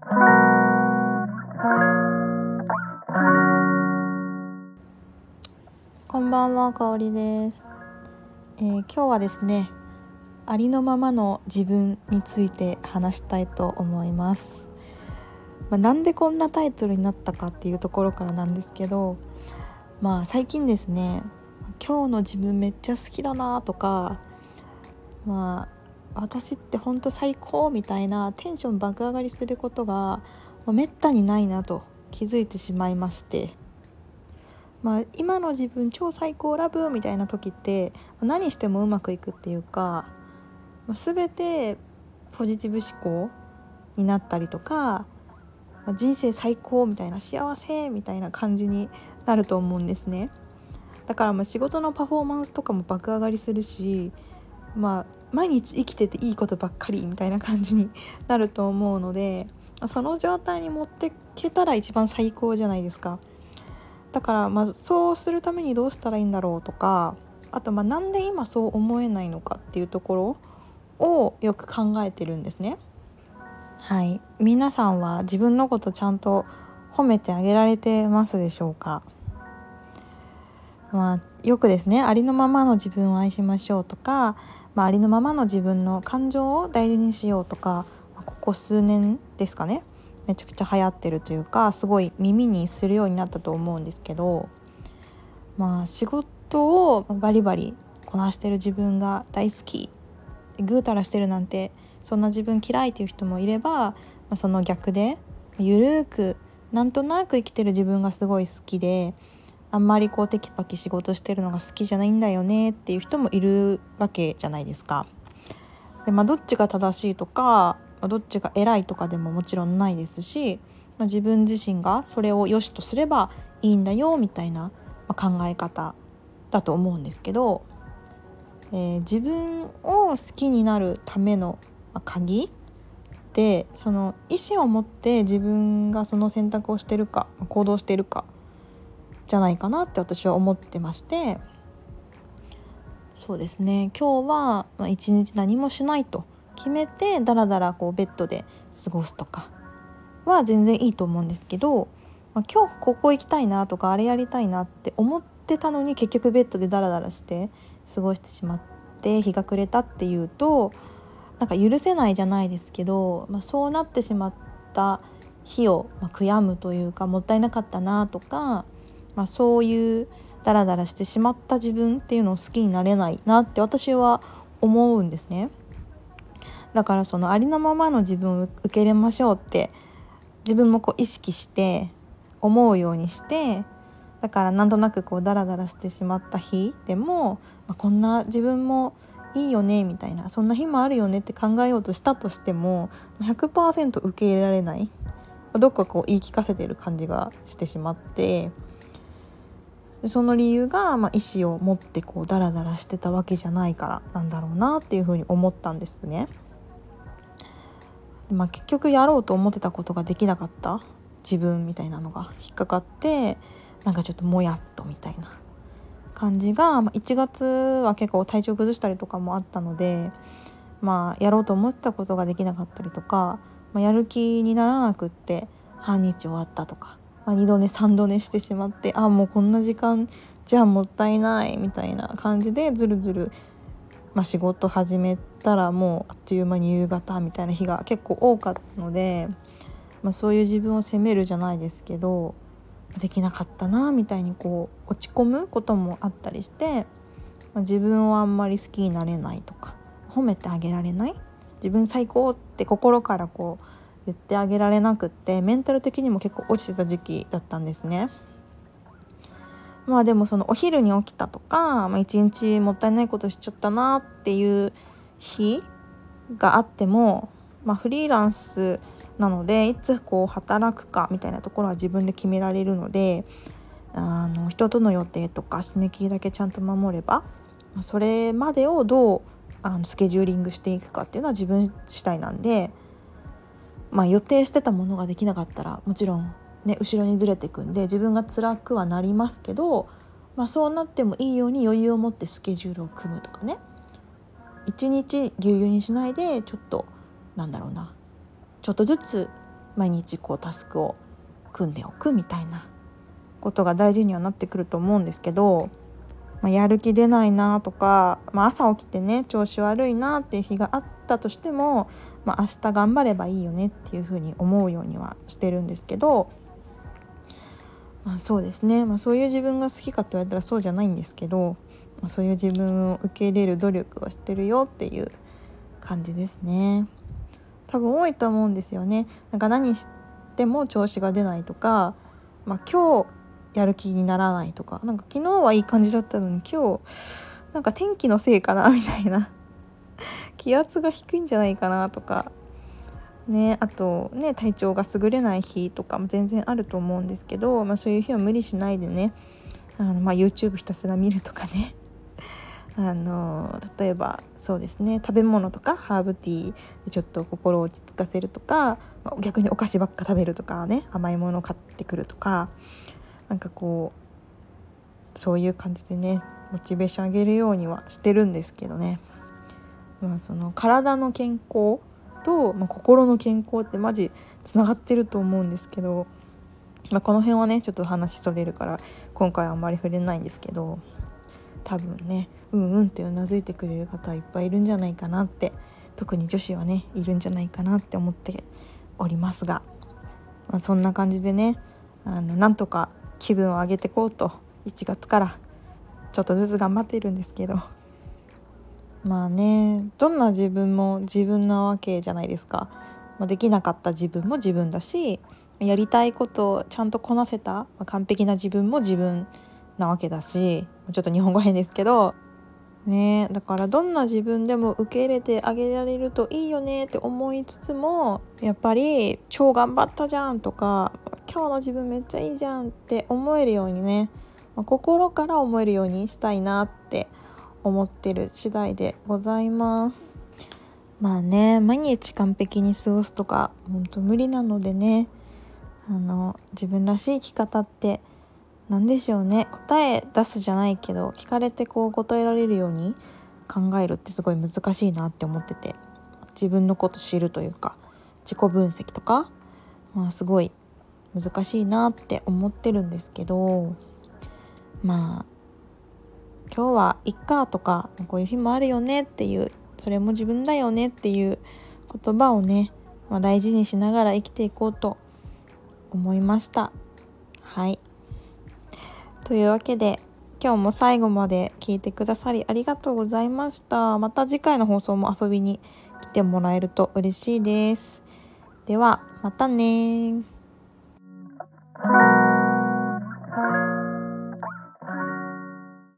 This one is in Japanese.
こんばんは、かおりです。今日はですね、ありのままの自分について話したいと思います。なんでこんなタイトルになったかっていうところからなんですけど、最近ですね、今日の自分めっちゃ好きだなとか、私ってほんと最高みたいなテンション爆上がりすることがめったにないなと気づいてしまいまして、今の自分超最高ラブみたいな時って何してもうまくいくっていうか、全てポジティブ思考になったりとか、人生最高みたいな幸せみたいな感じになると思うんですね。だから仕事のパフォーマンスとかも爆上がりするし、毎日生きてていいことばっかりみたいな感じになると思うので、その状態に持ってけたら一番最高じゃないですか。だからそうするためにどうしたらいいんだろうとか、あとなんで今そう思えないのかっていうところをよく考えてるんですね。はい、皆さんは自分のことちゃんと褒めてあげられてますでしょうか。よくですね、ありのままの自分を愛しましょうとか、ありのままの自分の感情を大事にしようとか、ここ数年ですかね、めちゃくちゃ流行ってるというか、すごい耳にするようになったと思うんですけど、仕事をバリバリこなしてる自分が大好き、ぐうたらしてるなんてそんな自分嫌いっていう人もいれば、その逆でゆるーくなんとなく生きてる自分がすごい好きで、あんまりテキパキ仕事してるのが好きじゃないんだよねっていう人もいるわけじゃないですか。で、どっちが正しいとか、どっちが偉いとかでももちろんないですし、自分自身がそれを良しとすればいいんだよみたいな、考え方だと思うんですけど、自分を好きになるための、鍵で、その意思を持って自分がその選択をしてるか行動してるかじゃないかなって私は思ってまして、そうですね、今日は一日何もしないと決めてだらだらベッドで過ごすとかは全然いいと思うんですけど、今日ここ行きたいなとかあれやりたいなって思ってたのに結局ベッドでダラダラして過ごしてしまって日が暮れたっていうと、許せないじゃないですけど、そうなってしまった日を、悔やむというか、もったいなかったなとか、そういうダラダラしてしまった自分っていうのを好きになれないなって私は思うんですね。だからそのありのままの自分を受け入れましょうって自分も意識して思うようにして、だからなんとなくダラダラしてしまった日でも、こんな自分もいいよねみたいな、そんな日もあるよねって考えようとしたとしても 100% 受け入れられない、どっか言い聞かせてる感じがしてしまって、その理由が、意思を持ってダラダラしてたわけじゃないからなんだろうなっていうふうに思ったんですね。結局やろうと思ってたことができなかった自分みたいなのが引っかかって、ちょっともやっとみたいな感じが、1月は結構体調崩したりとかもあったので、やろうと思ってたことができなかったりとか、やる気にならなくって半日終わったとか、2度寝3度寝してしまって、もうこんな時間じゃもったいないみたいな感じでずるずる、仕事始めたらもうあっという間に夕方みたいな日が結構多かったので、そういう自分を責めるじゃないですけど、できなかったなみたいに落ち込むこともあったりして、自分をあんまり好きになれないとか褒めてあげられない、自分最高って心から言ってあげられなくって、メンタル的にも結構落ちてた時期だったんですね。でもそのお昼に起きたとか、一日もったいないことしちゃったなっていう日があっても、フリーランスなのでいつ働くかみたいなところは自分で決められるので、人との予定とか締め切りだけちゃんと守れば、それまでをどうスケジューリングしていくかっていうのは自分次第なんで、予定してたものができなかったらもちろん後ろにずれていくんで自分が辛くはなりますけど、そうなってもいいように余裕を持ってスケジュールを組むとかね、一日ぎゅうぎゅうにしないでちょっとちょっとずつ毎日こうタスクを組んでおくみたいなことが大事にはなってくると思うんですけど、やる気出ないなとか、朝起きてね調子悪いなっていう日があったとしても、明日頑張ればいいよねっていうふうに思うようにはしてるんですけど、そうですね、そういう自分が好きかって言われたらそうじゃないんですけど、そういう自分を受け入れる努力をしてるよっていう感じですね。多分多いと思うんですよね。何しても調子が出ないとか、今日やる気にならないとか、昨日はいい感じだったのに今日天気のせいかなみたいな気圧が低いんじゃないかなとかね、あとね体調が優れない日とかも全然あると思うんですけど、そういう日は無理しないでね、YouTube ひたすら見るとかね例えばそうですね、食べ物とかハーブティーでちょっと心を落ち着かせるとか、逆にお菓子ばっか食べるとかね、甘いものを買ってくるとか、そういう感じでねモチベーション上げるようにはしてるんですけどね、その体の健康と、心の健康ってマジつながってると思うんですけど、この辺はねちょっと話それるから今回はあんまり触れないんですけど、多分ねうんうんってうなずいてくれる方はいっぱいいるんじゃないかなって、特に女子はねいるんじゃないかなって思っておりますが、そんな感じでねなんとか気分を上げていこうと1月からちょっとずつ頑張っているんですけど、どんな自分も自分なわけじゃないですか。できなかった自分も自分だし、やりたいことをちゃんとこなせた、完璧な自分も自分なわけだし、ちょっと日本語変ですけどね、だからどんな自分でも受け入れてあげられるといいよねって思いつつも、やっぱり超頑張ったじゃんとか今日の自分めっちゃいいじゃんって思えるようにね、心から思えるようにしたいなって思ってる次第でございます。毎日完璧に過ごすとか本当無理なのでね、自分らしい生き方って何でしょうね、答え出すじゃないけど聞かれて答えられるように考えるってすごい難しいなって思ってて、自分のこと知るというか自己分析とか、すごい難しいなって思ってるんですけど、今日はいっかとかこういう日もあるよねっていう、それも自分だよねっていう言葉をね、大事にしながら生きていこうと思いました。はい、というわけで今日も最後まで聞いてくださりありがとうございました。また次回の放送も遊びに来てもらえると嬉しいです。ではまたね。